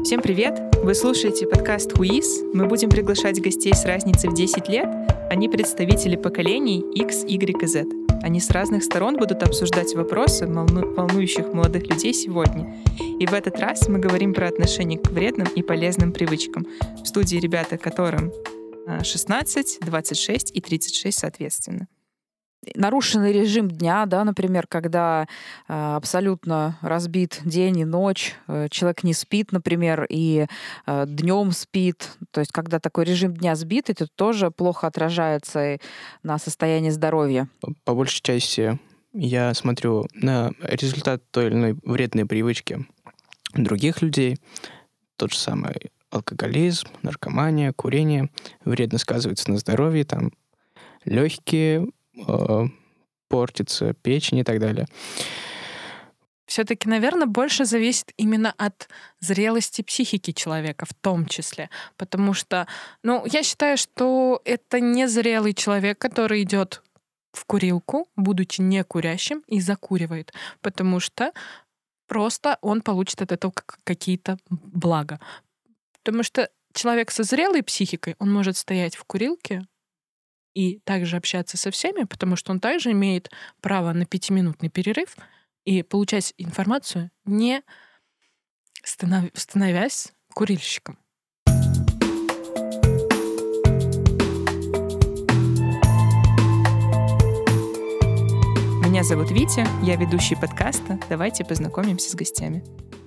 Всем привет! Вы слушаете подкаст «Хуиз». Мы будем приглашать гостей с разницей в 10 лет. Они представители поколений X, Y и Z. Они с разных сторон будут обсуждать вопросы, волнующих молодых людей сегодня. И в этот раз мы говорим про отношение к вредным и полезным привычкам. В студии ребята, которым 16, 26 и 36 соответственно. Нарушенный режим дня, да, например, когда абсолютно разбит день и ночь, человек не спит, например, и днем спит. То есть, когда такой режим дня сбит, это тоже плохо отражается и на состоянии здоровья. По большей части я смотрю на результат той или иной вредной привычки других людей. Тот же самый алкоголизм, наркомания, курение вредно сказывается на здоровье, там легкие, портится печень и так далее. Все-таки, наверное, больше зависит именно от зрелости психики человека в том числе. Потому что, я считаю, что это незрелый человек, который идет в курилку, будучи не курящим, и закуривает. Потому что просто он получит от этого какие-то блага. Потому что человек со зрелой психикой, он может стоять в курилке и также общаться со всеми, потому что он также имеет право на 5-минутный перерыв и получать информацию, не становясь курильщиком. Меня зовут Витя, я ведущий подкаста. Давайте познакомимся с гостями.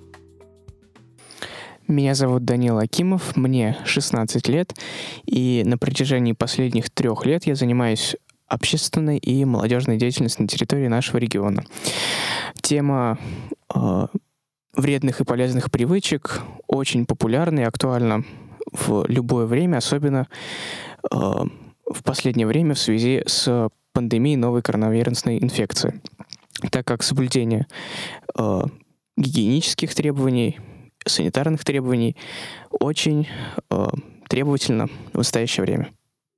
Меня зовут Данил Акимов, мне 16 лет, и на протяжении последних 3 лет я занимаюсь общественной и молодежной деятельностью на территории нашего региона. Тема вредных и полезных привычек очень популярна и актуальна в любое время, особенно в последнее время в связи с пандемией новой коронавирусной инфекции, так как соблюдение гигиенических требований, санитарных требований очень требовательно в настоящее время.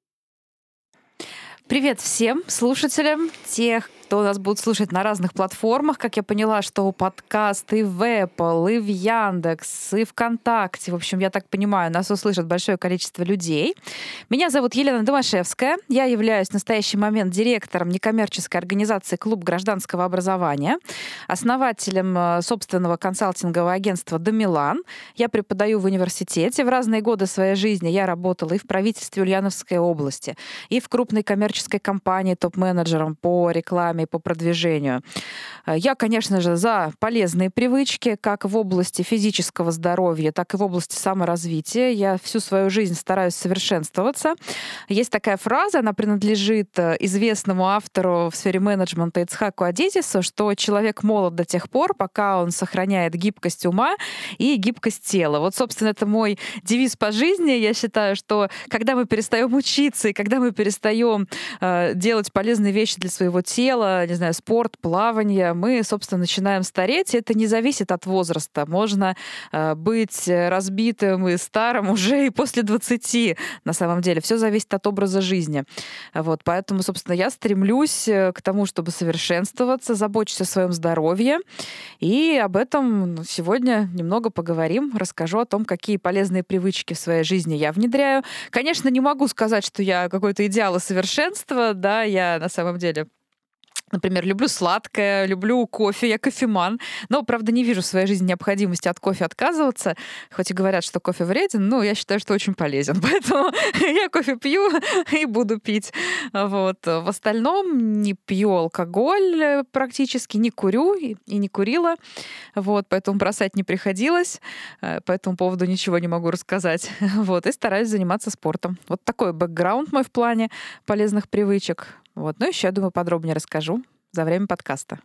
Привет всем слушателям, тех, кто нас будет слушать на разных платформах. Как я поняла, что подкаст и в Apple, и в Яндекс, и ВКонтакте. В общем, я так понимаю, нас услышат большое количество людей. Меня зовут Елена Домашевская. Я являюсь в настоящий момент директором некоммерческой организации «Клуб гражданского образования», основателем собственного консалтингового агентства «Домилан». Я преподаю в университете. В разные годы своей жизни я работала и в правительстве Ульяновской области, и в крупной коммерческой компании топ-менеджером по рекламе и по продвижению. Я, конечно же, за полезные привычки, как в области физического здоровья, так и в области саморазвития. Я всю свою жизнь стараюсь совершенствоваться. Есть такая фраза, она принадлежит известному автору в сфере менеджмента Ицхаку Адизису, что человек молод до тех пор, пока он сохраняет гибкость ума и гибкость тела. Вот, собственно, это мой девиз по жизни. Я считаю, что когда мы перестаем учиться и когда мы перестаем делать полезные вещи для своего тела, не знаю, спорт, плавание, мы, собственно, начинаем стареть. И это не зависит от возраста. Можно быть разбитым и старым уже и после 20, на самом деле. Все зависит от образа жизни. Вот, поэтому, собственно, я стремлюсь к тому, чтобы совершенствоваться, забочусь о своем здоровье. И об этом сегодня немного поговорим. Расскажу о том, какие полезные привычки в своей жизни я внедряю. Конечно, не могу сказать, что я какой-то идеал и совершенство. Да, я на самом деле, например, люблю сладкое, люблю кофе, я кофеман. Но, правда, не вижу в своей жизни необходимости от кофе отказываться. Хоть и говорят, что кофе вреден, но я считаю, что очень полезен. Поэтому я кофе пью и буду пить. Вот. В остальном не пью алкоголь практически, не курю и не курила. Вот. Поэтому бросать не приходилось. По этому поводу ничего не могу рассказать. Вот. И стараюсь заниматься спортом. Вот такой бэкграунд мой в плане полезных привычек. Вот. Ну, еще, я думаю, подробнее расскажу за время подкаста.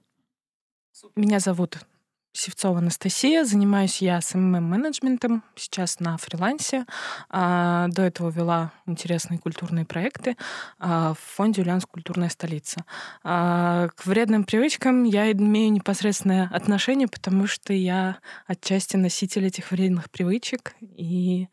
Меня зовут Севцова Анастасия. Занимаюсь я СММ-менеджментом. Сейчас на фрилансе. До этого вела интересные культурные проекты в фонде «Ульяновская культурная столица». К вредным привычкам я имею непосредственное отношение, потому что я отчасти носитель этих вредных привычек. И,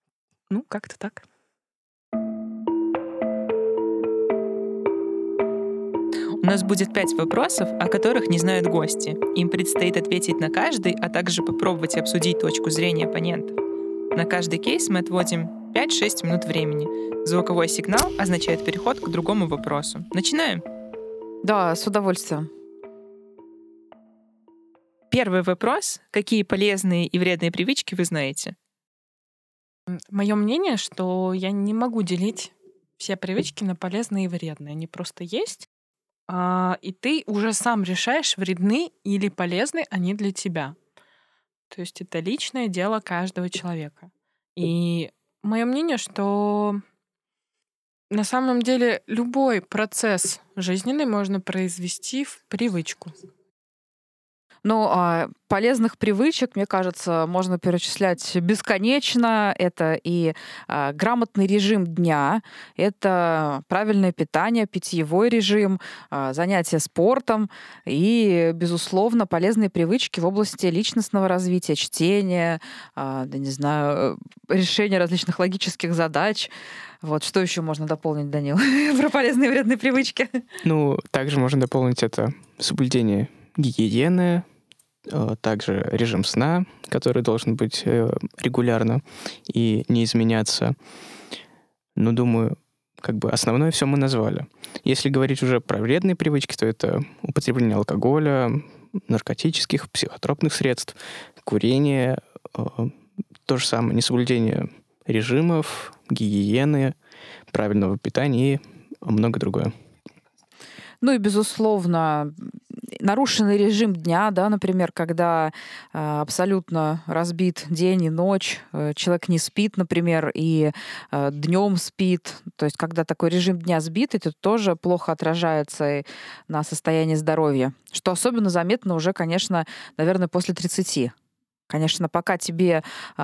как-то так. У нас будет 5 вопросов, о которых не знают гости. Им предстоит ответить на каждый, а также попробовать и обсудить точку зрения оппонентов. На каждый кейс мы отводим 5-6 минут времени. Звуковой сигнал означает переход к другому вопросу. Начинаем? Да, с удовольствием. Первый вопрос. Какие полезные и вредные привычки вы знаете? Мое мнение, что я не могу делить все привычки на полезные и вредные. Они просто есть, и ты уже сам решаешь, вредны или полезны они для тебя. То есть это личное дело каждого человека. И мое мнение, что на самом деле любой процесс жизненный можно произвести в привычку. Ну, полезных привычек, мне кажется, можно перечислять бесконечно. Это и грамотный режим дня, это правильное питание, питьевой режим, занятия спортом и, безусловно, полезные привычки в области личностного развития, чтения, не знаю, решения различных логических задач. Вот что еще можно дополнить, Данил, про полезные и вредные привычки? Ну, также можно дополнить это соблюдение гигиены, также режим сна, который должен быть регулярно и не изменяться. Но, думаю, основное все мы назвали. Если говорить уже про вредные привычки, то это употребление алкоголя, наркотических, психотропных средств, курение, то же самое, несоблюдение режимов, гигиены, правильного питания и много другое. Ну и, безусловно, нарушенный режим дня, да, например, когда абсолютно разбит день и ночь, человек не спит, например, и днем спит. То есть, когда такой режим дня сбит, это тоже плохо отражается на состоянии здоровья. Что особенно заметно уже, конечно, наверное, после 30. Конечно, пока тебе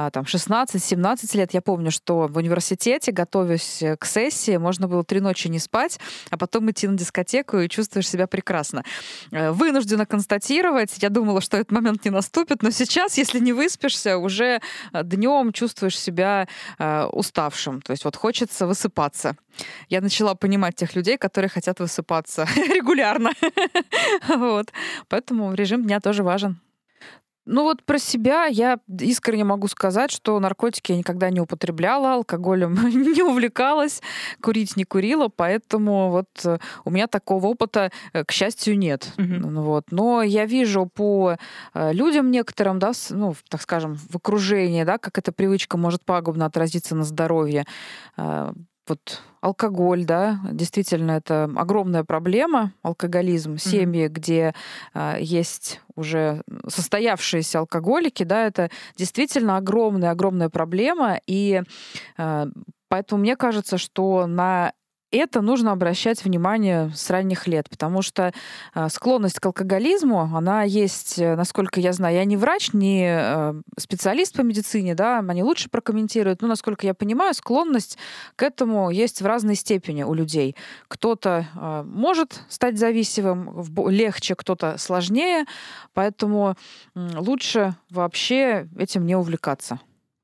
16-17 лет, я помню, что в университете, готовясь к сессии, можно было 3 ночи не спать, а потом идти на дискотеку и чувствуешь себя прекрасно. Вынуждена констатировать, я думала, что этот момент не наступит, но сейчас, если не выспишься, уже днем чувствуешь себя уставшим. То есть вот хочется высыпаться. Я начала понимать тех людей, которые хотят высыпаться регулярно. Вот. Поэтому режим дня тоже важен. Ну вот про себя я искренне могу сказать, что наркотики я никогда не употребляла, алкоголем не увлекалась, курить не курила, поэтому вот у меня такого опыта, к счастью, нет. Вот. Но я вижу по людям некоторым, да, ну, так скажем, в окружении, да, как эта привычка может пагубно отразиться на здоровье. Вот алкоголь, да, действительно, это огромная проблема, алкоголизм. Семьи, где есть уже состоявшиеся алкоголики, да, это действительно огромная проблема, и поэтому мне кажется, что на это нужно обращать внимание с ранних лет, потому что склонность к алкоголизму, она есть, насколько я знаю, я не врач, не специалист по медицине, да, они лучше прокомментируют, но, насколько я понимаю, склонность к этому есть в разной степени у людей. Кто-то может стать зависимым легче, кто-то сложнее, поэтому лучше вообще этим не увлекаться.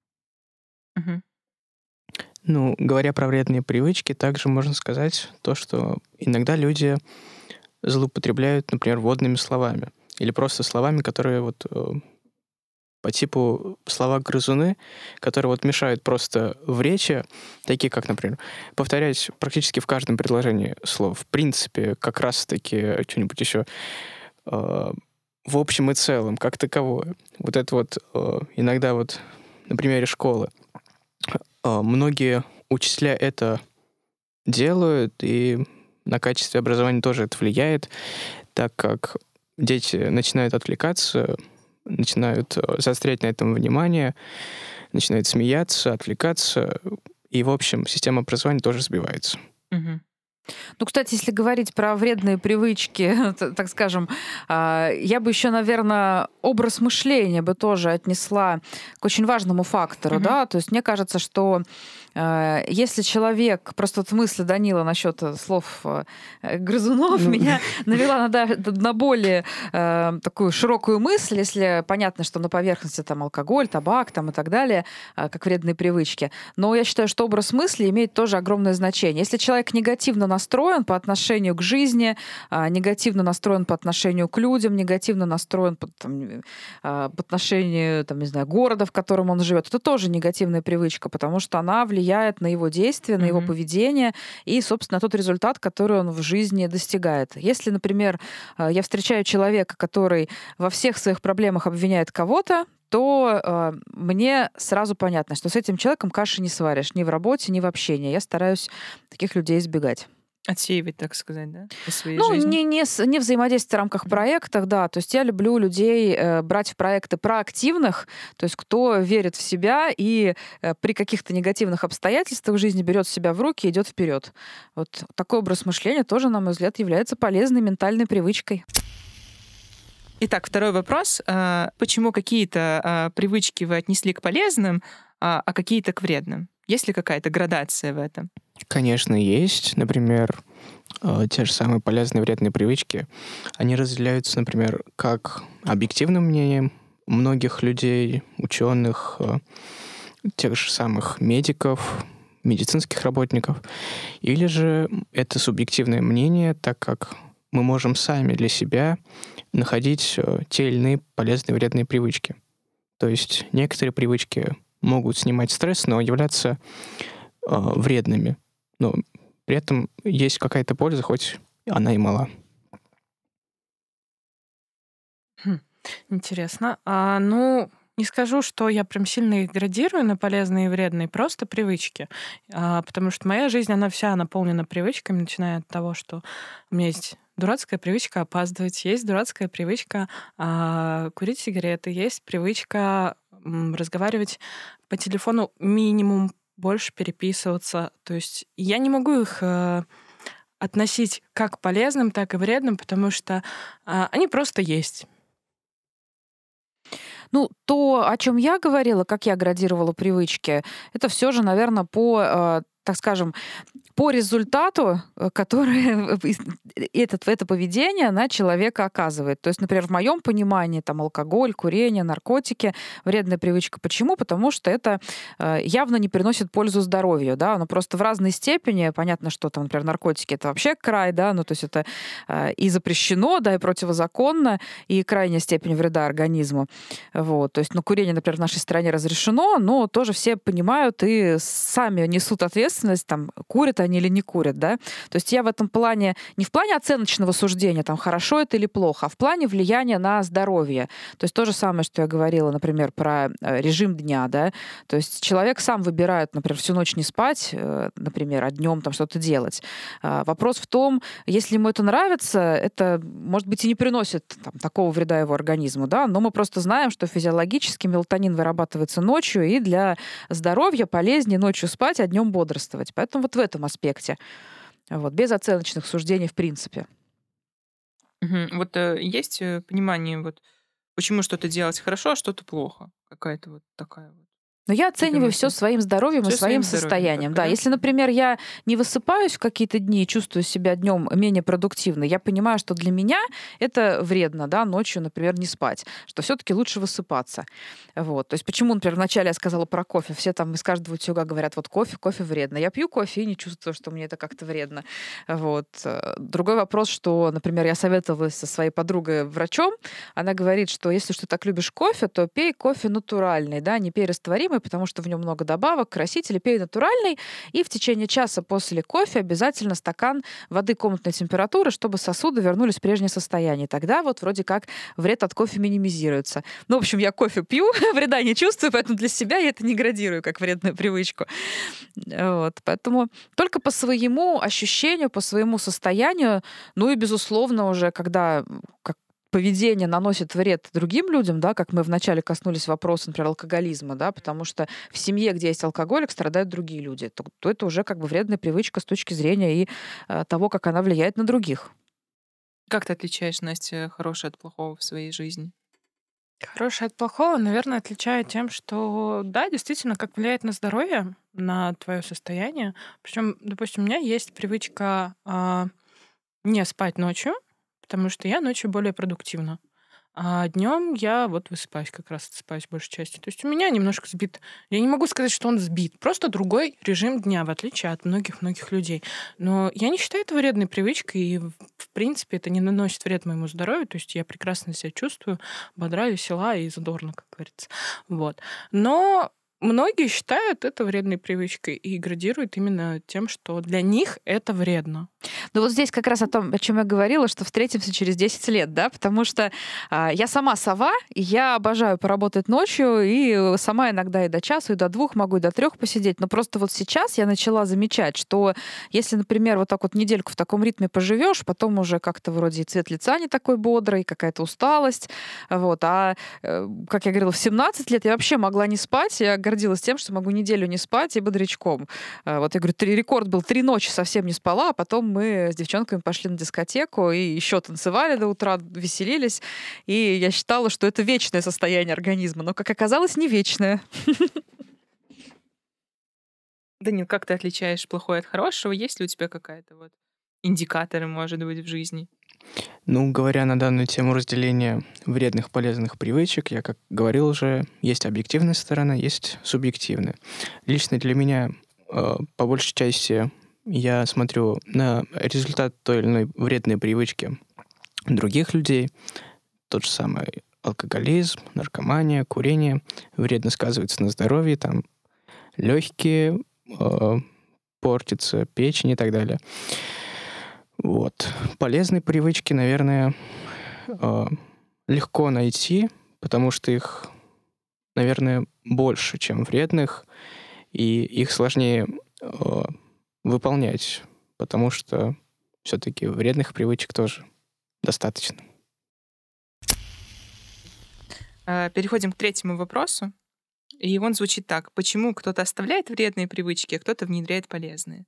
Ну, говоря про вредные привычки, также можно сказать то, что иногда люди злоупотребляют, например, вводными словами. Или просто словами, которые вот по типу слова-грызуны, которые вот мешают просто в речи, такие как, например, повторять практически в каждом предложении слов. В принципе, как раз-таки что-нибудь еще в общем и целом, как таковое. Вот это вот иногда вот на примере школы. Многие учителя это делают, и на качестве образования тоже это влияет, так как дети начинают отвлекаться, начинают заострять на этом внимание, начинают смеяться, отвлекаться, и, в общем, система образования тоже сбивается. Ну, кстати, если говорить про вредные привычки, так скажем, я бы еще, наверное, образ мышления бы тоже отнесла к очень важному фактору, да, то есть мне кажется, что Если человек... Просто вот мысль Данила насчет слов грызунов меня навела на более такую широкую мысль, если понятно, что на поверхности там алкоголь, табак там, и так далее, как вредные привычки. Но я считаю, что образ мысли имеет тоже огромное значение. Если человек негативно настроен по отношению к жизни, негативно настроен по отношению к людям, негативно настроен по отношению, там, не знаю, города, в котором он живет, это тоже негативная привычка, потому что она влияет на его действия, на его поведение и, собственно, на тот результат, который он в жизни достигает. Если, например, я встречаю человека, который во всех своих проблемах обвиняет кого-то, то мне сразу понятно, что с этим человеком каши не сваришь ни в работе, ни в общении. Я стараюсь таких людей избегать. Отсеивать, так сказать, да, по своей жизни? Не взаимодействовать в рамках проектов, да. То есть я люблю людей брать в проекты проактивных, то есть кто верит в себя и при каких-то негативных обстоятельствах в жизни берет себя в руки и идет вперед. Вот такой образ мышления тоже, на мой взгляд, является полезной ментальной привычкой. Итак, второй вопрос. Почему какие-то привычки вы отнесли к полезным, а какие-то к вредным? Есть ли какая-то градация в этом? Конечно, есть. Например, те же самые полезные и вредные привычки. Они разделяются, например, как объективным мнением многих людей, ученых, тех же самых медиков, медицинских работников. Или же это субъективное мнение, так как мы можем сами для себя находить те или иные полезные и вредные привычки. То есть некоторые привычки могут снимать стресс, но являться вредными. Но при этом есть какая-то польза, хоть она и мала. Интересно. Не скажу, что я прям сильно их градирую на полезные и вредные, просто привычки. Потому что моя жизнь, она вся наполнена привычками, начиная от того, что у меня есть дурацкая привычка опаздывать, есть дурацкая привычка курить сигареты, есть привычка разговаривать по телефону минимум, больше переписываться. То есть я не могу их относить как полезным, так и вредным, потому что они просто есть. То, о чем я говорила, как я градировала привычки, это все же, наверное, так скажем, по результату, который это поведение на человека оказывает. То есть, например, в моем понимании там алкоголь, курение, наркотики, вредная привычка. Почему? Потому что это явно не приносит пользу здоровью, да, но просто в разной степени. Понятно, что там, например, наркотики — это вообще край, да, то есть это и запрещено, да, и противозаконно, и крайняя степень вреда организму. Вот. То есть, курение, например, в нашей стране разрешено, но тоже все понимают и сами несут ответственность, там, курят они или не курят, да. То есть я в этом плане, не в плане оценочного суждения, там, хорошо это или плохо, а в плане влияния на здоровье. То есть то же самое, что я говорила, например, про режим дня, да. То есть человек сам выбирает, например, всю ночь не спать, например, а днем там что-то делать. Вопрос в том, если ему это нравится, это, может быть, и не приносит там такого вреда его организму, да, но мы просто знаем, что физиологически мелатонин вырабатывается ночью, и для здоровья полезнее ночью спать, а днем бодрствовать. Поэтому вот в этом аспекте. Вот, без оценочных суждений в принципе. Вот есть понимание, вот, почему что-то делать хорошо, а что-то плохо? Какая-то вот такая вот. Но я оцениваю все своим здоровьем и своим состоянием. Да, если, например, я не высыпаюсь в какие-то дни и чувствую себя днем менее продуктивной, я понимаю, что для меня это вредно, да, ночью, например, не спать, что все-таки лучше высыпаться. Вот. То есть почему, например, вначале я сказала про кофе, все там из каждого утюга говорят, вот кофе вредно. Я пью кофе и не чувствую, что мне это как-то вредно. Вот. Другой вопрос, что, например, я советовалась со своей подругой-врачом, она говорит, что если ты так любишь кофе, то пей кофе натуральный, да, не пей растворимый, потому что в нем много добавок, красителей, пей натуральный, и в течение часа после кофе обязательно стакан воды комнатной температуры, чтобы сосуды вернулись в прежнее состояние. Тогда вот вроде как вред от кофе минимизируется. В общем, я кофе пью, вреда не чувствую, поэтому для себя я это не градирую как вредную привычку. Вот. Поэтому только по своему ощущению, по своему состоянию, и, безусловно, уже когда поведение наносит вред другим людям, да, как мы вначале коснулись вопроса, например, алкоголизма, да, потому что в семье, где есть алкоголик, страдают другие люди, то это уже как бы вредная привычка с точки зрения и того, как она влияет на других. Как ты отличаешь, Настя, хорошее от плохого в своей жизни? Хорошее от плохого, наверное, отличаю тем, что, да, действительно, как влияет на здоровье, на твое состояние. Причем, допустим, у меня есть привычка не спать ночью, потому что я ночью более продуктивна. А днем я вот высыпаюсь, как раз отсыпаюсь большей частью. То есть у меня немножко сбит. Я не могу сказать, что он сбит. Просто другой режим дня, в отличие от многих-многих людей. Но я не считаю это вредной привычкой, и, в принципе, это не наносит вред моему здоровью. То есть я прекрасно себя чувствую, бодра, весела и задорна, как говорится. Вот. Но многие считают это вредной привычкой и градируют именно тем, что для них это вредно. Ну вот здесь как раз о том, о чем я говорила, что встретимся через 10 лет, да, потому что я сама сова, и я обожаю поработать ночью, и сама иногда и до часу, и до 2, могу и до 3 посидеть, но просто вот сейчас я начала замечать, что если, например, вот так вот недельку в таком ритме поживешь, потом уже как-то вроде и цвет лица не такой бодрый, какая-то усталость, вот, как я говорила, в 17 лет я вообще могла не спать, я гордилась тем, что могу неделю не спать и бодрячком. Вот я говорю, рекорд был 3 ночи совсем не спала, а потом мы с девчонками пошли на дискотеку и еще танцевали до утра, веселились. И я считала, что это вечное состояние организма, но, как оказалось, не вечное. Данил, как ты отличаешь плохое от хорошего? Есть ли у тебя какая-то вот индикаторы, может быть, в жизни? Ну, говоря на данную тему разделения вредных, полезных привычек, я, как говорил уже, есть объективная сторона, есть субъективная. Лично для меня, по большей части, я смотрю на результат той или иной вредной привычки других людей. Тот же самый алкоголизм, наркомания, курение вредно сказывается на здоровье, там легкие, портится печень и так далее. Вот. Полезные привычки, наверное, легко найти, потому что их, наверное, больше, чем вредных, и их сложнее выполнять, потому что все-таки вредных привычек тоже достаточно. Переходим к третьему вопросу. И он звучит так. Почему кто-то оставляет вредные привычки, а кто-то внедряет полезные?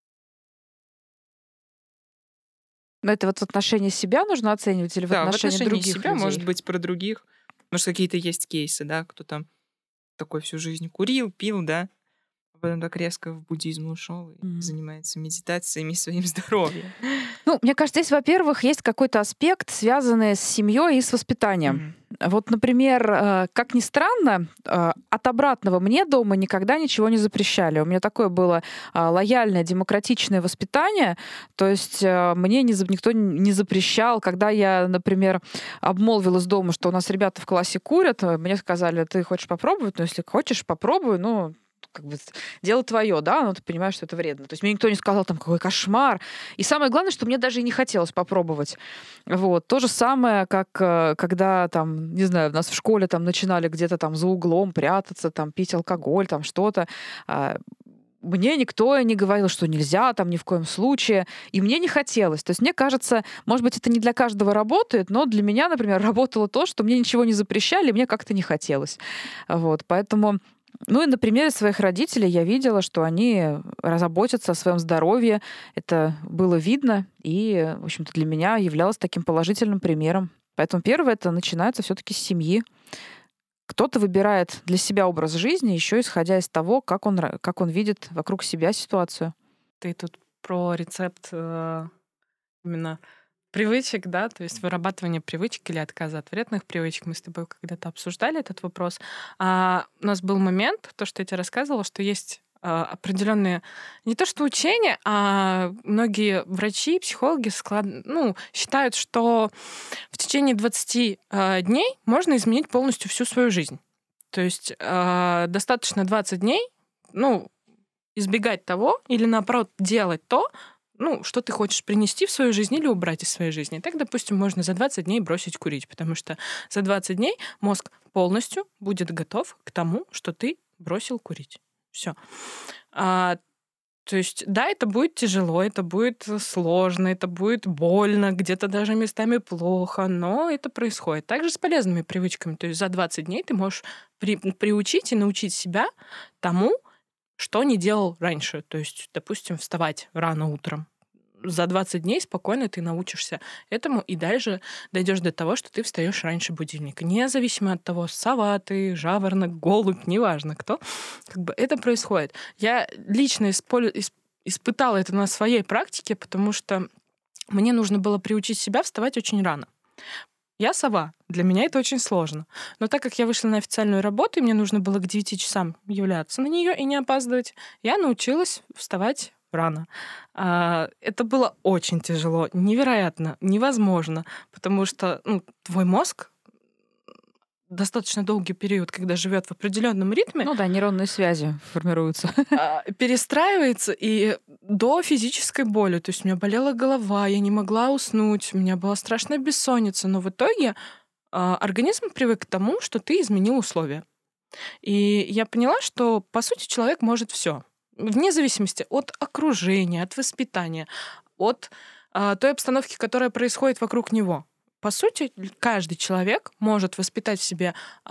Но это вот в отношении себя нужно оценивать или в отношении других себя, людей? может быть, про других. Может, какие-то есть кейсы, да, кто там такой всю жизнь курил, пил, да, а потом так резко в буддизм ушел и занимается медитациями и своим здоровьем. Ну, мне кажется, здесь, во-первых, есть какой-то аспект, связанный с семьей и с воспитанием. Вот, например, как ни странно, от обратного мне дома никогда ничего не запрещали. У меня такое было лояльное, демократичное воспитание. То есть мне никто не запрещал. Когда я, например, обмолвилась дома, что у нас ребята в классе курят, мне сказали, ты хочешь попробовать? Ну, если хочешь, попробуй. Ну, как бы дело твое, да, но ты понимаешь, что это вредно. То есть мне никто не сказал, там, какой кошмар. И самое главное, что мне даже и не хотелось попробовать. Вот. То же самое, как когда, там, не знаю, у нас в школе там начинали где-то там за углом прятаться, там, пить алкоголь, там, что-то. Мне никто не говорил, что нельзя, там, ни в коем случае. И мне не хотелось. То есть мне кажется, может быть, это не для каждого работает, но для меня, например, работало то, что мне ничего не запрещали, и мне как-то не хотелось. Вот. Поэтому... Ну и на примере своих родителей я видела, что они заботятся о своем здоровье. Это было видно и, в общем-то, для меня являлось таким положительным примером. Поэтому первое, это начинается все-таки с семьи. Кто-то выбирает для себя образ жизни, еще исходя из того, как он видит вокруг себя ситуацию. Ты тут про рецепт именно привычек, да, то есть вырабатывание привычек или отказа от вредных привычек. Мы с тобой когда-то обсуждали этот вопрос. У нас был момент, то, что я тебе рассказывала, что есть определенные не то что учения, а многие врачи, психологи считают, что в течение 20 дней можно изменить полностью всю свою жизнь. То есть достаточно 20 дней, избегать того или, наоборот, делать то, что ты хочешь принести в свою жизнь или убрать из своей жизни. Так, допустим, можно за 20 дней бросить курить, потому что за 20 дней мозг полностью будет готов к тому, что ты бросил курить. Все. То есть, да, это будет тяжело, это будет сложно, это будет больно, где-то даже местами плохо, но это происходит. Также с полезными привычками. То есть за 20 дней ты можешь приучить и научить себя тому, что не делал раньше. То есть, допустим, вставать рано утром. за 20 дней спокойно ты научишься этому и дальше дойдешь до того, что ты встаешь раньше будильника. Независимо от того, сова ты, жаворонок, голубь, неважно кто, как бы это происходит. Я лично испытала это на своей практике, потому что мне нужно было приучить себя вставать очень рано. Я сова. Для меня это очень сложно. Но так как я вышла на официальную работу, и мне нужно было к 9 часам являться на нее и не опаздывать, я научилась вставать рано. Это было очень тяжело, невероятно, невозможно, потому что твой мозг достаточно долгий период, когда живет в определенном ритме. Ну да, нейронные связи формируются. Перестраивается и до физической боли. То есть у меня болела голова, я не могла уснуть, у меня была страшная бессонница, но в итоге организм привык к тому, что ты изменил условия. И я поняла, что, по сути, человек может все, вне зависимости от окружения, от воспитания, от той обстановки, которая происходит вокруг него. По сути, каждый человек может воспитать в себе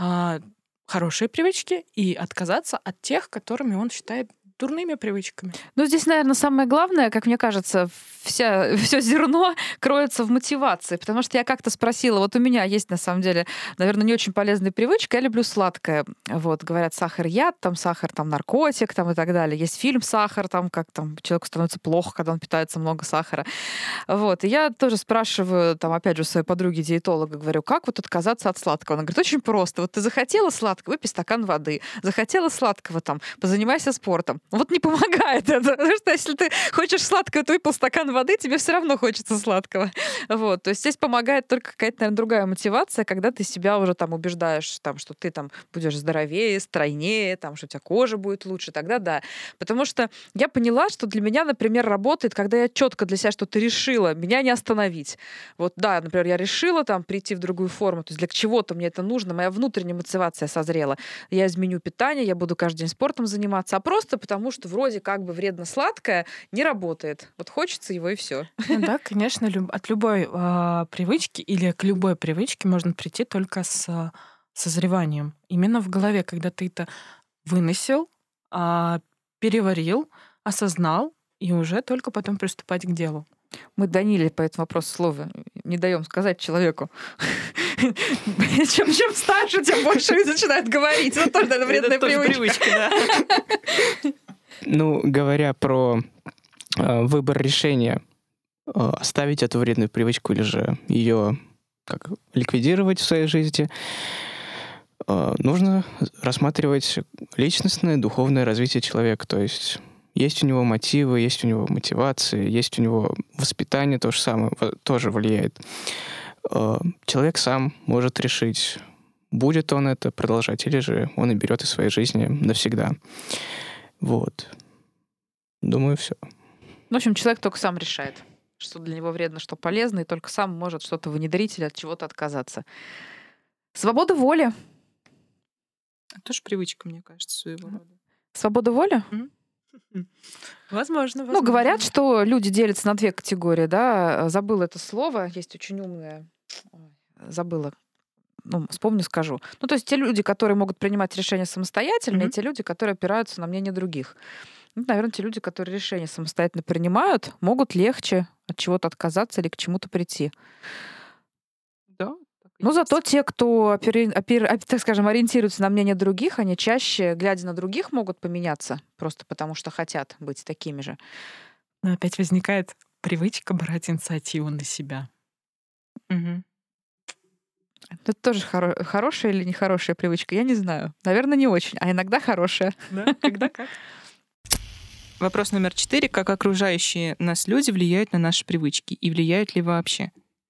хорошие привычки и отказаться от тех, которыми он считает дурными привычками. Ну, здесь, наверное, самое главное, как мне кажется, все зерно кроется в мотивации, потому что я как-то спросила, вот у меня есть, на самом деле, наверное, не очень полезная привычка, я люблю сладкое. Вот, говорят, сахар яд, там, сахар, там, наркотик, там, и так далее. Есть фильм «Сахар», там, как там человеку становится плохо, когда он питается много сахара. Вот, и я тоже спрашиваю, там, опять же, у своей подруги-диетолога, говорю, как вот отказаться от сладкого? Она говорит, очень просто. Вот ты захотела сладкого, выпей стакан воды. Захотела сладкого, там, позанимайся спортом. Вот не помогает это, потому что если ты хочешь сладкого, то выпил стакан воды, тебе все равно хочется сладкого. Вот. То есть здесь помогает только какая-то, наверное, другая мотивация, когда ты себя уже там убеждаешь, там, что ты там будешь здоровее, стройнее, там, что у тебя кожа будет лучше, тогда да. Потому что я поняла, что для меня, например, работает, когда я четко для себя что-то решила, меня не остановить. Вот да, например, я решила там прийти в другую форму, то есть для чего-то мне это нужно, моя внутренняя мотивация созрела. Я изменю питание, я буду каждый день спортом заниматься, а просто потому что вроде как бы вредно сладкое не работает. Вот хочется его и все. Ну да, конечно, от любой привычки или к любой привычке можно прийти только с созреванием. Именно в голове, когда ты это выносил, переварил, осознал, и уже только потом приступать к делу. Мы Даниле по этому вопросу слова не даем сказать человеку. Чем старше, тем больше начинают говорить. Это тоже, наверное, вредная привычка. Да. Ну, говоря про выбор решения, оставить эту вредную привычку или же ее как ликвидировать в своей жизни, нужно рассматривать личностное, духовное развитие человека. То есть есть у него мотивы, есть у него мотивации, есть у него воспитание, то же самое тоже влияет. Человек сам может решить, будет он это продолжать, или же он и берет из своей жизни навсегда. Вот. Думаю, все. В общем, человек только сам решает, что для него вредно, что полезно, и только сам может что-то внедрить или от чего-то отказаться. Свобода воли. Это тоже привычка, мне кажется, своего рода. Свобода воли? Возможно. Ну, говорят, что люди делятся на две категории, да. Забыла это слово, есть очень умное. Забыла. Ну, вспомню, скажу. Ну, то есть те люди, которые могут принимать решения самостоятельно, и те люди, которые опираются на мнение других. Ну, наверное, те люди, которые решения самостоятельно принимают, могут легче от чего-то отказаться или к чему-то прийти. Да. Но зато те, кто, так скажем, ориентируются на мнение других, они чаще, глядя на других, могут поменяться, просто потому что хотят быть такими же. Но опять возникает привычка брать инициативу на себя. Угу. Это тоже хорошая или нехорошая привычка, я не знаю. Наверное, не очень, а иногда хорошая. Да, когда как. Вопрос номер 4. Как окружающие нас люди влияют на наши привычки? И влияют ли вообще?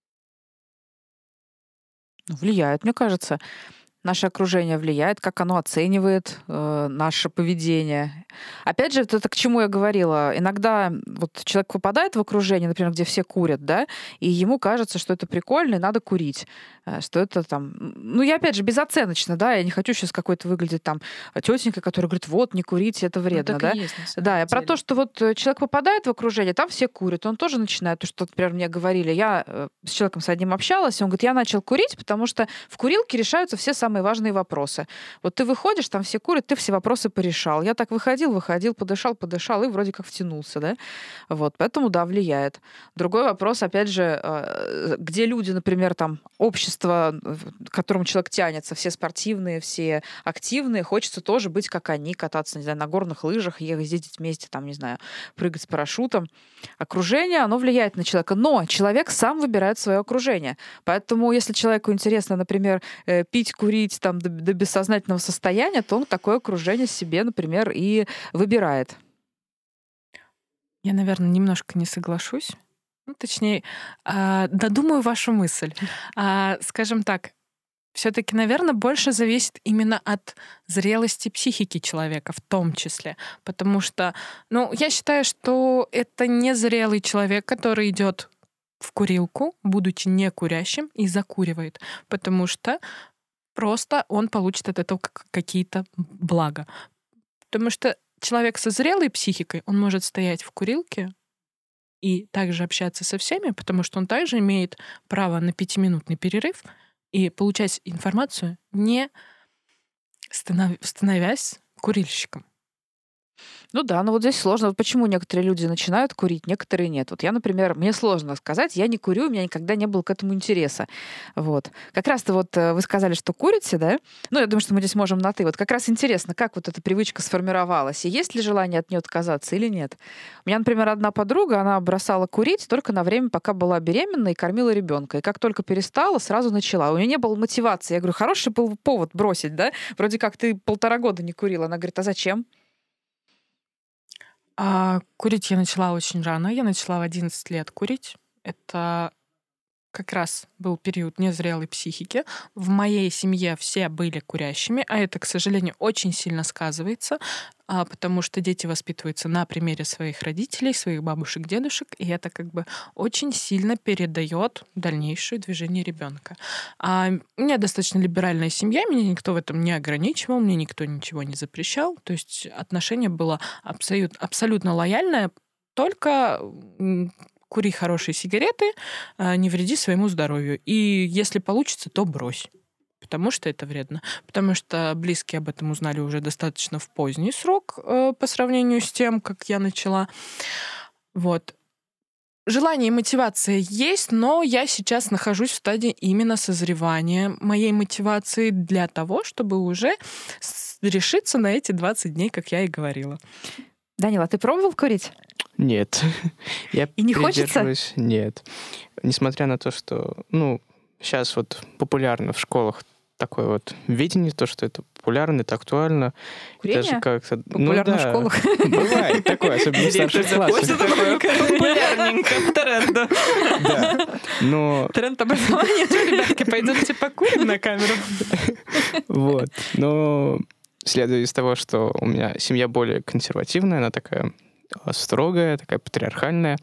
Влияет, мне кажется. Наше окружение влияет, как оно оценивает наше поведение. Опять же, это к чему я говорила. Иногда вот человек попадает в окружение, например, где все курят, да, и ему кажется, что это прикольно, и надо курить. Что это там... Ну, я опять же безоценочно, да, я не хочу сейчас какой-то выглядеть там тетенька, которая говорит, вот, не курите, это вредно, да. Да, я про то, что вот человек попадает в окружение, там все курят, он тоже начинает, то, что, например, мне говорили, я с человеком с одним общалась, он говорит, я начал курить, потому что в курилке решаются все самые самые важные вопросы. Вот ты выходишь, там все курят, ты все вопросы порешал. Я так выходил, подышал, и вроде как втянулся, да? Вот, поэтому, да, влияет. Другой вопрос, опять же, где люди, например, там, общество, к которому человек тянется, все спортивные, все активные, хочется тоже быть как они, кататься, не знаю, на горных лыжах, ездить вместе, там, не знаю, прыгать с парашютом. Окружение, оно влияет на человека, но человек сам выбирает свое окружение. Поэтому, если человеку интересно, например, пить, курить там до бессознательного состояния, то он такое окружение себе, например, и выбирает. Я, наверное, немножко не соглашусь. Ну, точнее, додумаю вашу мысль. Скажем так, все-таки, наверное, больше зависит именно от зрелости психики человека в том числе. Потому что, я считаю, что это незрелый человек, который идет в курилку, будучи не курящим, и закуривает. Потому что просто он получит от этого какие-то блага. Потому что человек со зрелой психикой, он может стоять в курилке и также общаться со всеми, потому что он также имеет право на 5-минутный перерыв и получать информацию, не становясь курильщиком. Ну да, но вот здесь сложно. Вот почему некоторые люди начинают курить, некоторые нет. Вот я, например, мне сложно сказать, я не курю, у меня никогда не было к этому интереса. Вот. Как раз-то вот вы сказали, что курите, да? Ну, я думаю, что мы здесь можем на «ты». Вот как раз интересно, как вот эта привычка сформировалась, и есть ли желание от нее отказаться или нет? У меня, например, одна подруга, она бросала курить только на время, пока была беременна и кормила ребенка. И как только перестала, сразу начала. У нее не было мотивации. Я говорю, хороший был повод бросить, да? Вроде как ты 1,5 года не курила. Она говорит, а зачем? Курить я начала очень рано. Я начала в 11 лет курить. Это как раз был период незрелой психики. В моей семье все были курящими, а это, к сожалению, очень сильно сказывается, потому что дети воспитываются на примере своих родителей, своих бабушек, дедушек, и это как бы очень сильно передает дальнейшее движение ребенка. У меня достаточно либеральная семья, меня никто в этом не ограничивал, мне никто ничего не запрещал, то есть отношение было абсолютно лояльное, только кури хорошие сигареты, не вреди своему здоровью. И если получится, то брось. Потому что это вредно. Потому что близкие об этом узнали уже достаточно в поздний срок по сравнению с тем, как я начала. Вот. Желание и мотивация есть, но я сейчас нахожусь в стадии именно созревания моей мотивации для того, чтобы уже решиться на эти 20 дней, как я и говорила. Данила, ты пробовал курить? Нет. Я и не хочется? Нет. Несмотря на то, что, сейчас вот популярно в школах такое вот видение, то, что это популярно, это актуально. Курение? Даже как-то, популярно в школах? Бывает такое, особенно в старших классах. Популярненько, тренд. Да. Но... Тренд образования. Ребятки, пойдемте покурим на камеру. Вот. Но следуя из того, что у меня семья более консервативная, она такая строгая, такая патриархальная,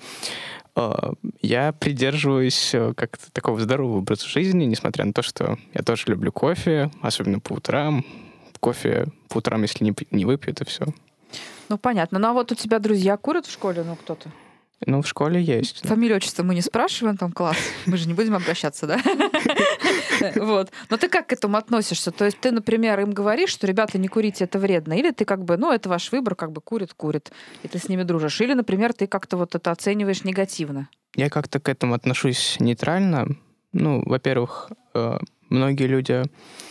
я придерживаюсь как-то такого здорового образа жизни, несмотря на то, что я тоже люблю кофе, особенно по утрам. Кофе по утрам, если не выпью, это все. Ну, понятно. Ну, а вот у тебя друзья курят в школе, кто-то? В школе есть. Фамилию, отчество мы не спрашиваем, там класс. Мы же не будем обращаться, да? Вот. Но ты как к этому относишься? То есть ты, например, им говоришь, что, ребята, не курите, это вредно. Или ты это ваш выбор, курит, и ты с ними дружишь. Или, например, ты как-то вот это оцениваешь негативно. Я как-то к этому отношусь нейтрально. Во-первых, многие люди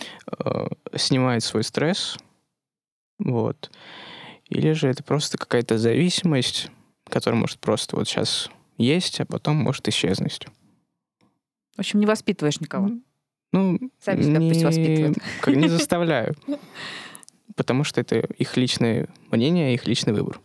снимают свой стресс. Вот. Или же это просто какая-то зависимость, которая может просто вот сейчас есть, а потом может исчезнуть. В общем, не воспитываешь никого. Сами себя пусть воспитывают. Не заставляю. Потому что это их личное мнение, их личный выбор.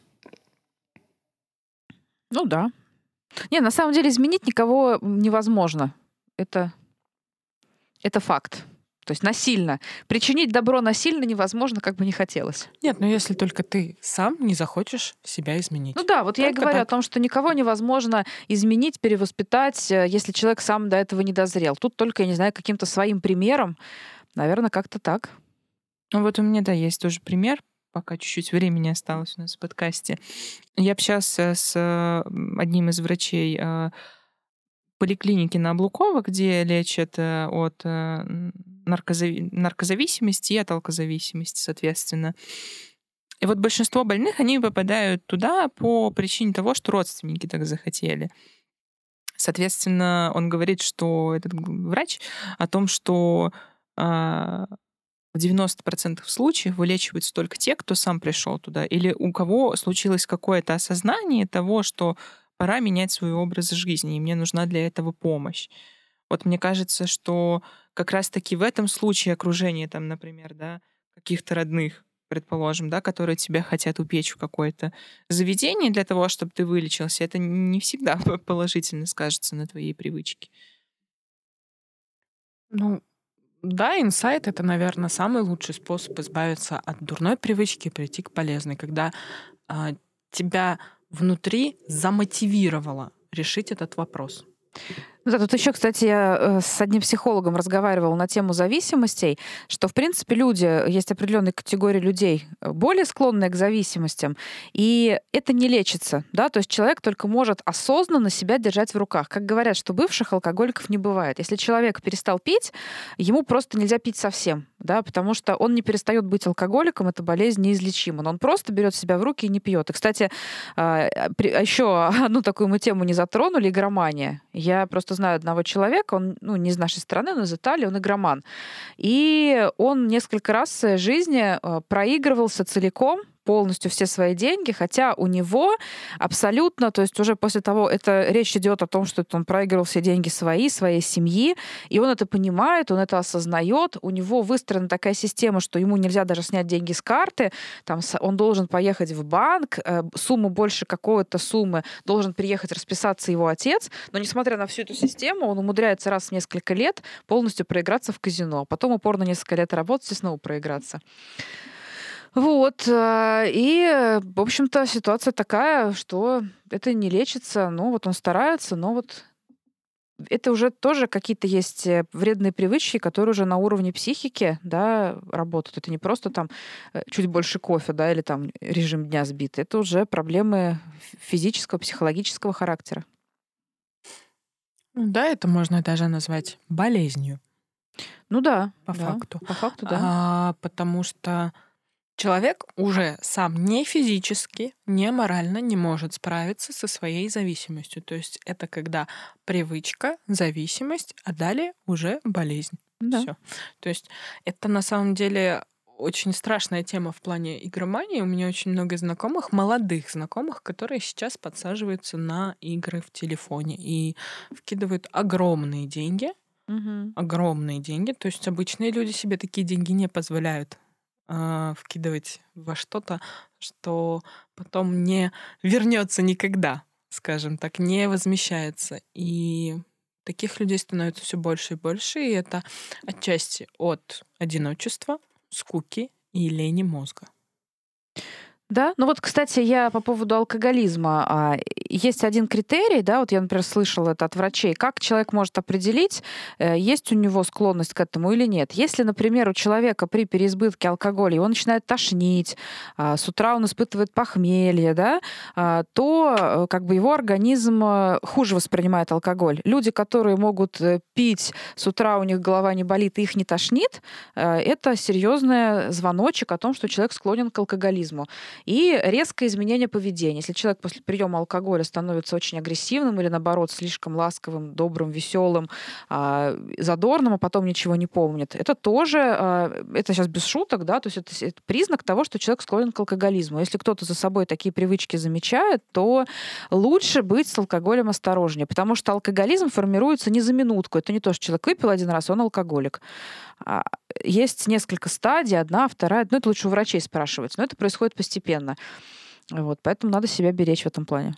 Ну да. На самом деле изменить никого невозможно. Это факт. То есть насильно. Причинить добро насильно невозможно, как бы не хотелось. Нет, если только ты сам не захочешь себя изменить. Вот я и говорю о том, что никого невозможно изменить, перевоспитать, если человек сам до этого не дозрел. Тут только, я не знаю, каким-то своим примером, наверное, как-то так. Вот у меня, есть тоже пример, пока чуть-чуть времени осталось у нас в подкасте. Я общалась с одним из врачей поликлиники на Облуково, где лечат от наркозависимости и от алкозависимости, соответственно. И вот большинство больных, они попадают туда по причине того, что родственники так захотели. Соответственно, он говорит, что этот врач о том, что в 90% случаев вылечиваются только те, кто сам пришел туда, или у кого случилось какое-то осознание того, что пора менять свой образ жизни, и мне нужна для этого помощь. Вот мне кажется, что как раз-таки в этом случае окружение, там, например, да, каких-то родных, предположим, да, которые тебя хотят упечь в какое-то заведение для того, чтобы ты вылечился, это не всегда положительно скажется на твоей привычке. Ну, да, инсайт — это, наверное, самый лучший способ избавиться от дурной привычки и прийти к полезной, когда тебя внутри замотивировало решить этот вопрос. Да, тут еще, кстати, я с одним психологом разговаривала на тему зависимостей, что, в принципе, есть определенные категории людей, более склонные к зависимостям, и это не лечится, да, то есть человек только может осознанно себя держать в руках. Как говорят, что бывших алкоголиков не бывает. Если человек перестал пить, ему просто нельзя пить совсем, да, потому что он не перестает быть алкоголиком, эта болезнь неизлечима, но он просто берет себя в руки и не пьет. И, кстати, еще одну такую мы тему не затронули — игромания. Я просто знаю одного человека, он не из нашей страны, но из Италии, он игроман. И он несколько раз в своей жизни проигрывался целиком, полностью все свои деньги, хотя у него абсолютно, то есть уже после того, это речь идет о том, что он проигрывал все деньги своей семьи, и он это понимает, он это осознает, у него выстроена такая система, что ему нельзя даже снять деньги с карты, там, он должен поехать в банк, сумму больше какой-то суммы должен приехать расписаться его отец, но несмотря на всю эту систему, он умудряется раз в несколько лет полностью проиграться в казино, а потом упорно несколько лет работать и снова проиграться. Вот. И, в общем-то, ситуация такая, что это не лечится. Ну, вот он старается, но вот это уже тоже какие-то есть вредные привычки, которые уже на уровне психики, да, работают. Это не просто там чуть больше кофе, да, или там режим дня сбит. Это уже проблемы физического, психологического характера. Да, это можно даже назвать болезнью. Ну да. По факту. По факту, да. Потому что человек уже сам не физически, не морально не может справиться со своей зависимостью. То есть это когда привычка, зависимость, а далее уже болезнь. Да. Всё. То есть это на самом деле очень страшная тема в плане игромании. У меня очень много знакомых, молодых знакомых, которые сейчас подсаживаются на игры в телефоне и вкидывают огромные деньги. Огромные деньги. То есть обычные люди себе такие деньги не позволяют вкидывать во что-то, что потом не вернется никогда, скажем так, не возмещается. И таких людей становится все больше и больше, и это отчасти от одиночества, скуки и лени мозга. Да, ну вот, кстати, я по поводу алкоголизма. Есть один критерий, да, вот я, например, слышала это от врачей, как человек может определить, есть у него склонность к этому или нет. Если, например, у человека при переизбытке алкоголя его начинает тошнить, с утра он испытывает похмелье, да, то как бы его организм хуже воспринимает алкоголь. Люди, которые могут пить, с утра у них голова не болит и их не тошнит, это серьезный звоночек о том, что человек склонен к алкоголизму. И резкое изменение поведения. Если человек после приема алкоголя становится очень агрессивным или, наоборот, слишком ласковым, добрым, веселым, задорным, а потом ничего не помнит, это тоже, это сейчас без шуток, да, то есть это признак того, что человек склонен к алкоголизму. Если кто-то за собой такие привычки замечает, то лучше быть с алкоголем осторожнее, потому что алкоголизм формируется не за минутку. Это не то, что человек выпил один раз, он алкоголик. Есть несколько стадий, одна, вторая. Ну, это лучше у врачей спрашивать. Но это происходит постепенно. Вот, поэтому надо себя беречь в этом плане.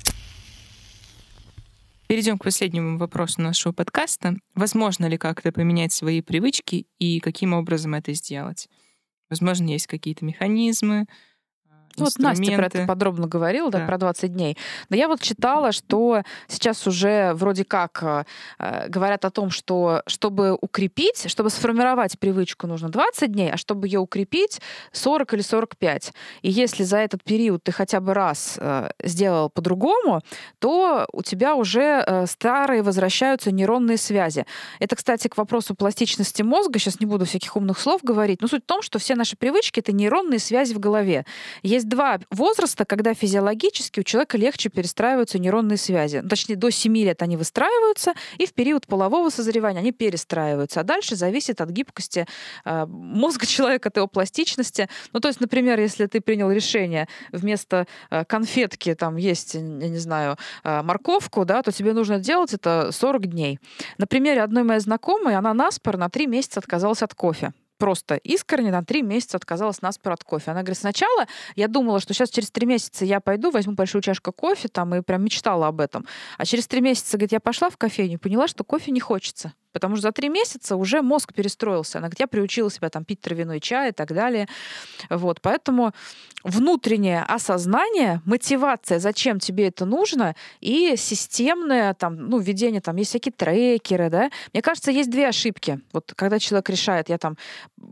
Перейдем к последнему вопросу нашего подкаста. Возможно ли как-то поменять свои привычки и каким образом это сделать? Возможно, есть какие-то механизмы Вот Настя про инструменты. это подробно говорила, да, Да. про 20 дней. Но я вот читала, что сейчас уже вроде как говорят о том, что чтобы укрепить, чтобы сформировать привычку, нужно 20 дней, а чтобы ее укрепить 40 или 45. И если за этот период ты хотя бы раз сделал по-другому, то у тебя уже старые возвращаются нейронные связи. Это, кстати, к вопросу пластичности мозга. Сейчас не буду всяких умных слов говорить, но суть в том, что все наши привычки — это нейронные связи в голове. Есть два возраста, когда физиологически у человека легче перестраиваются нейронные связи. Ну, точнее, до 7 лет они выстраиваются, и в период полового созревания они перестраиваются. А дальше зависит от гибкости мозга человека, от его пластичности. Ну, то есть, например, если ты принял решение вместо конфетки там есть, я не знаю, морковку, да, то тебе нужно делать это 40 дней. На примере одной моей знакомой, она наспор на 3 месяца отказалась от кофе. Просто искренне на 3 месяца отказалась наспор от кофе. Она говорит, сначала я думала, что сейчас через 3 месяца я пойду, возьму большую чашку кофе там, и прям мечтала об этом. А через 3 месяца, говорит, я пошла в кофейню и поняла, что кофе не хочется. Потому что за 3 месяца уже мозг перестроился. Она говорит, я приучила себя там пить травяной чай и так далее. Вот, поэтому внутреннее осознание, мотивация, зачем тебе это нужно, и системное там, ну, введение, там есть всякие трекеры, да. Мне кажется, есть 2 ошибки. Вот когда человек решает, я там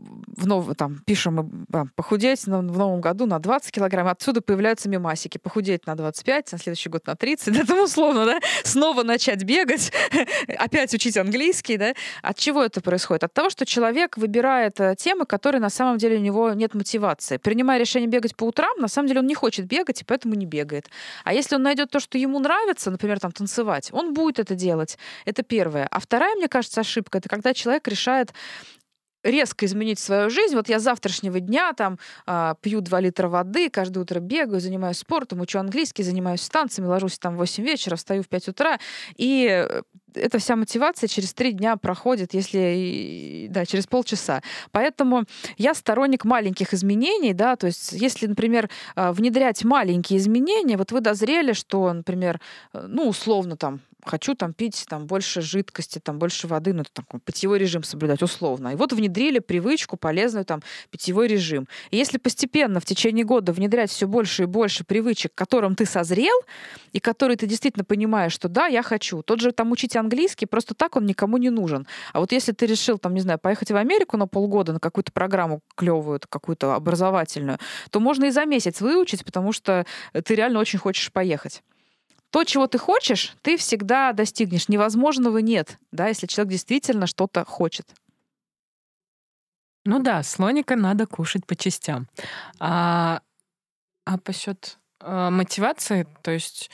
пишем похудеть в новом году на 20 килограмм, отсюда появляются мемасики. Похудеть на 25, на следующий год на 30, да, там условно, да, снова начать бегать, опять учить английский, да. От чего это происходит? От того, что человек выбирает темы, которые на самом деле у него нет мотивации. Принимая решение бегать по утрам, на самом деле он не хочет бегать, и поэтому не бегает. А если он найдет то, что ему нравится, например, там танцевать, он будет это делать. Это первое. А вторая, мне кажется, ошибка — это когда человек решает резко изменить свою жизнь. Вот я с завтрашнего дня там пью 2 литра воды, каждое утро бегаю, занимаюсь спортом, учу английский, занимаюсь танцами, ложусь там в 8 вечера, встаю в 5 утра. И эта вся мотивация через 3 дня проходит, если, да, через полчаса. Поэтому я сторонник маленьких изменений, да, то есть если, например, внедрять маленькие изменения, вот вы дозрели, что, например, ну, условно там, хочу там пить там больше жидкости, там больше воды, ну, это там питьевой режим соблюдать условно. И вот внедрили привычку полезную там питьевой режим. И если постепенно в течение года внедрять все больше и больше привычек, к которым ты созрел, и которые ты действительно понимаешь, что да, я хочу. Тот же там учить английский, просто так он никому не нужен. А вот если ты решил там, не знаю, поехать в Америку на полгода на какую-то программу клевую, какую-то образовательную, то можно и за месяц выучить, потому что ты реально очень хочешь поехать. То, чего ты хочешь, ты всегда достигнешь. Невозможного нет, да, если человек действительно что-то хочет. Ну да, слоника надо кушать по частям. А по счет мотивации, то есть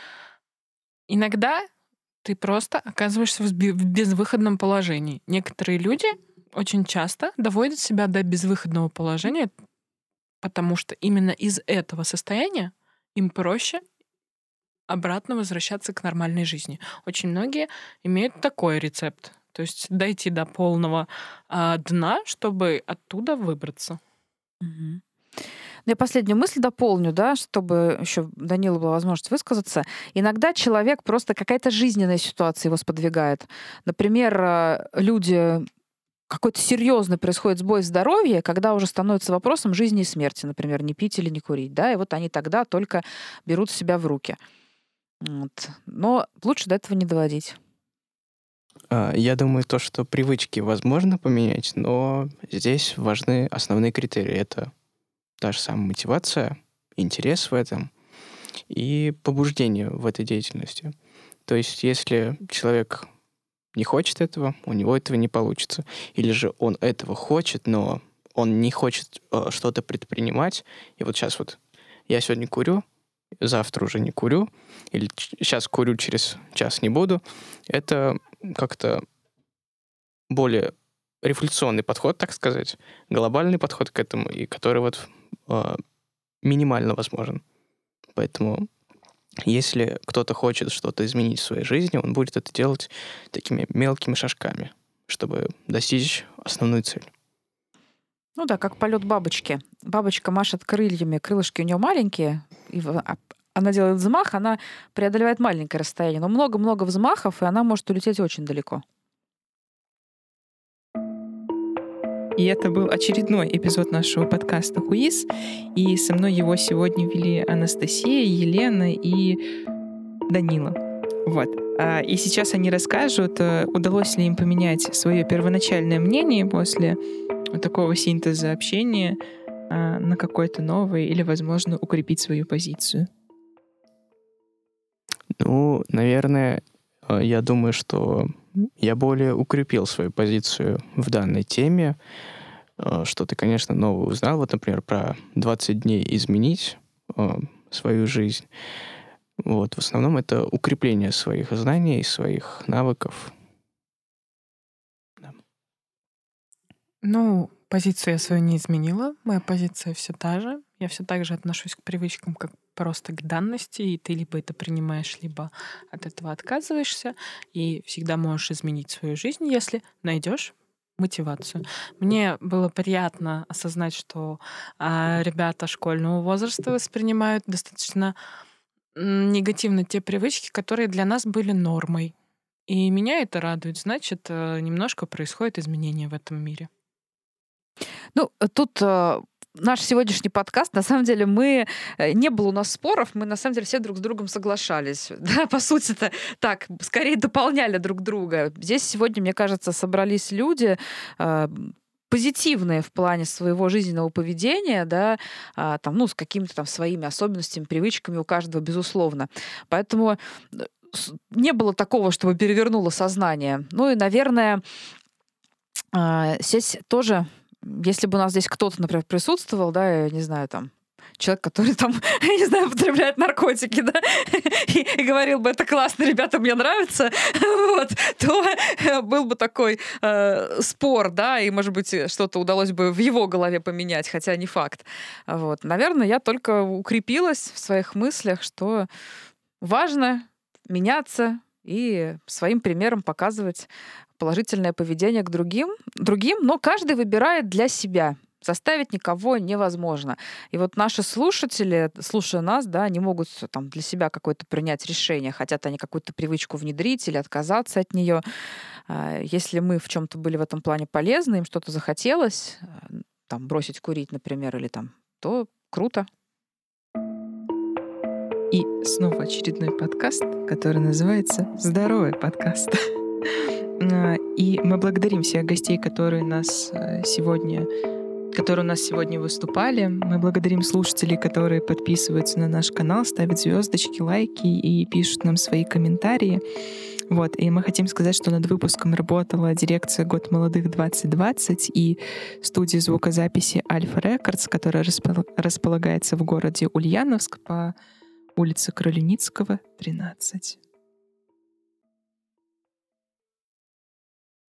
иногда ты просто оказываешься в безвыходном положении. Некоторые люди очень часто доводят себя до безвыходного положения, потому что именно из этого состояния им проще обратно возвращаться к нормальной жизни. Очень многие имеют такой рецепт. То есть дойти до полного дна, чтобы оттуда выбраться. Мгм. Я последнюю мысль дополню, да, чтобы еще Данилу была возможность высказаться. Иногда человек просто какая-то жизненная ситуация его сподвигает. Например, люди какой-то серьезный происходит сбой в здоровье, когда уже становится вопросом жизни и смерти, например, не пить или не курить, да, и вот они тогда только берут себя в руки. Вот. Но лучше до этого не доводить. Я думаю, то, что привычки возможно поменять, но здесь важны основные критерии. Это та же самая мотивация, интерес в этом и побуждение в этой деятельности. То есть, если человек не хочет этого, у него этого не получится. Или же он этого хочет, но он не хочет что-то предпринимать. И вот сейчас вот я сегодня курю, завтра уже не курю, или сейчас курю, через час не буду. Это как-то более рефлексионный подход, так сказать, глобальный подход к этому, и который вот минимально возможен. Поэтому если кто-то хочет что-то изменить в своей жизни, он будет это делать такими мелкими шажками, чтобы достичь основную цель. Ну да, как полет бабочки. Бабочка машет крыльями, крылышки у нее маленькие, и она делает взмах, она преодолевает маленькое расстояние, но много-много взмахов, и она может улететь очень далеко. И это был очередной эпизод нашего подкаста «Хуиз». И со мной его сегодня вели Анастасия, Елена и Данила. Вот. И сейчас они расскажут, удалось ли им поменять свое первоначальное мнение после такого синтеза общения на какой-то новый или, возможно, укрепить свою позицию. Ну, наверное, я думаю, что я более укрепил свою позицию в данной теме. Что-то, конечно, новое узнал. Вот, например, про 20 дней изменить свою жизнь. Вот, в основном это укрепление своих знаний, своих навыков. Да. Ну, позицию я свою не изменила. Моя позиция все та же. Я все так же отношусь к привычкам как просто к данности, и ты либо это принимаешь, либо от этого отказываешься, и всегда можешь изменить свою жизнь, если найдешь мотивацию. Мне было приятно осознать, что ребята школьного возраста воспринимают достаточно негативно те привычки, которые для нас были нормой. И меня это радует. Значит, немножко происходит изменение в этом мире. Ну, тут наш сегодняшний подкаст, на самом деле, не было у нас споров, мы, на самом деле, все друг с другом соглашались. Да, по сути-то так, скорее дополняли друг друга. Здесь сегодня, мне кажется, собрались люди позитивные в плане своего жизненного поведения, да, с какими-то там своими особенностями, привычками у каждого, безусловно. Поэтому не было такого, чтобы перевернуло сознание. Ну и, наверное, здесь тоже, если бы у нас здесь кто-то, например, присутствовал, да, я не знаю, там, человек, который там, я не знаю, употребляет наркотики, да, и говорил бы, это классно, ребята, мне нравится, вот, то был бы такой спор, да, и, может быть, что-то удалось бы в его голове поменять, хотя не факт. Вот. Наверное, я только укрепилась в своих мыслях, что важно меняться и своим примером показывать положительное поведение к другим, но каждый выбирает для себя. Заставить никого невозможно. И вот наши слушатели, слушая нас, да, они могут там для себя какое-то принять решение, хотят они какую-то привычку внедрить или отказаться от нее. Если мы в чем-то были в этом плане полезны, им что-то захотелось, там, бросить курить, например, или там, то круто. И снова очередной подкаст, который называется «Здоровый подкаст». И мы благодарим всех гостей, которые у нас сегодня выступали. Мы благодарим слушателей, которые подписываются на наш канал, ставят звездочки, лайки и пишут нам свои комментарии. Вот. И мы хотим сказать, что над выпуском работала дирекция «Год молодых 2020» и студия звукозаписи «Альфа Рекордс», которая располагается в городе Ульяновск по улице Кролюницкого, 13.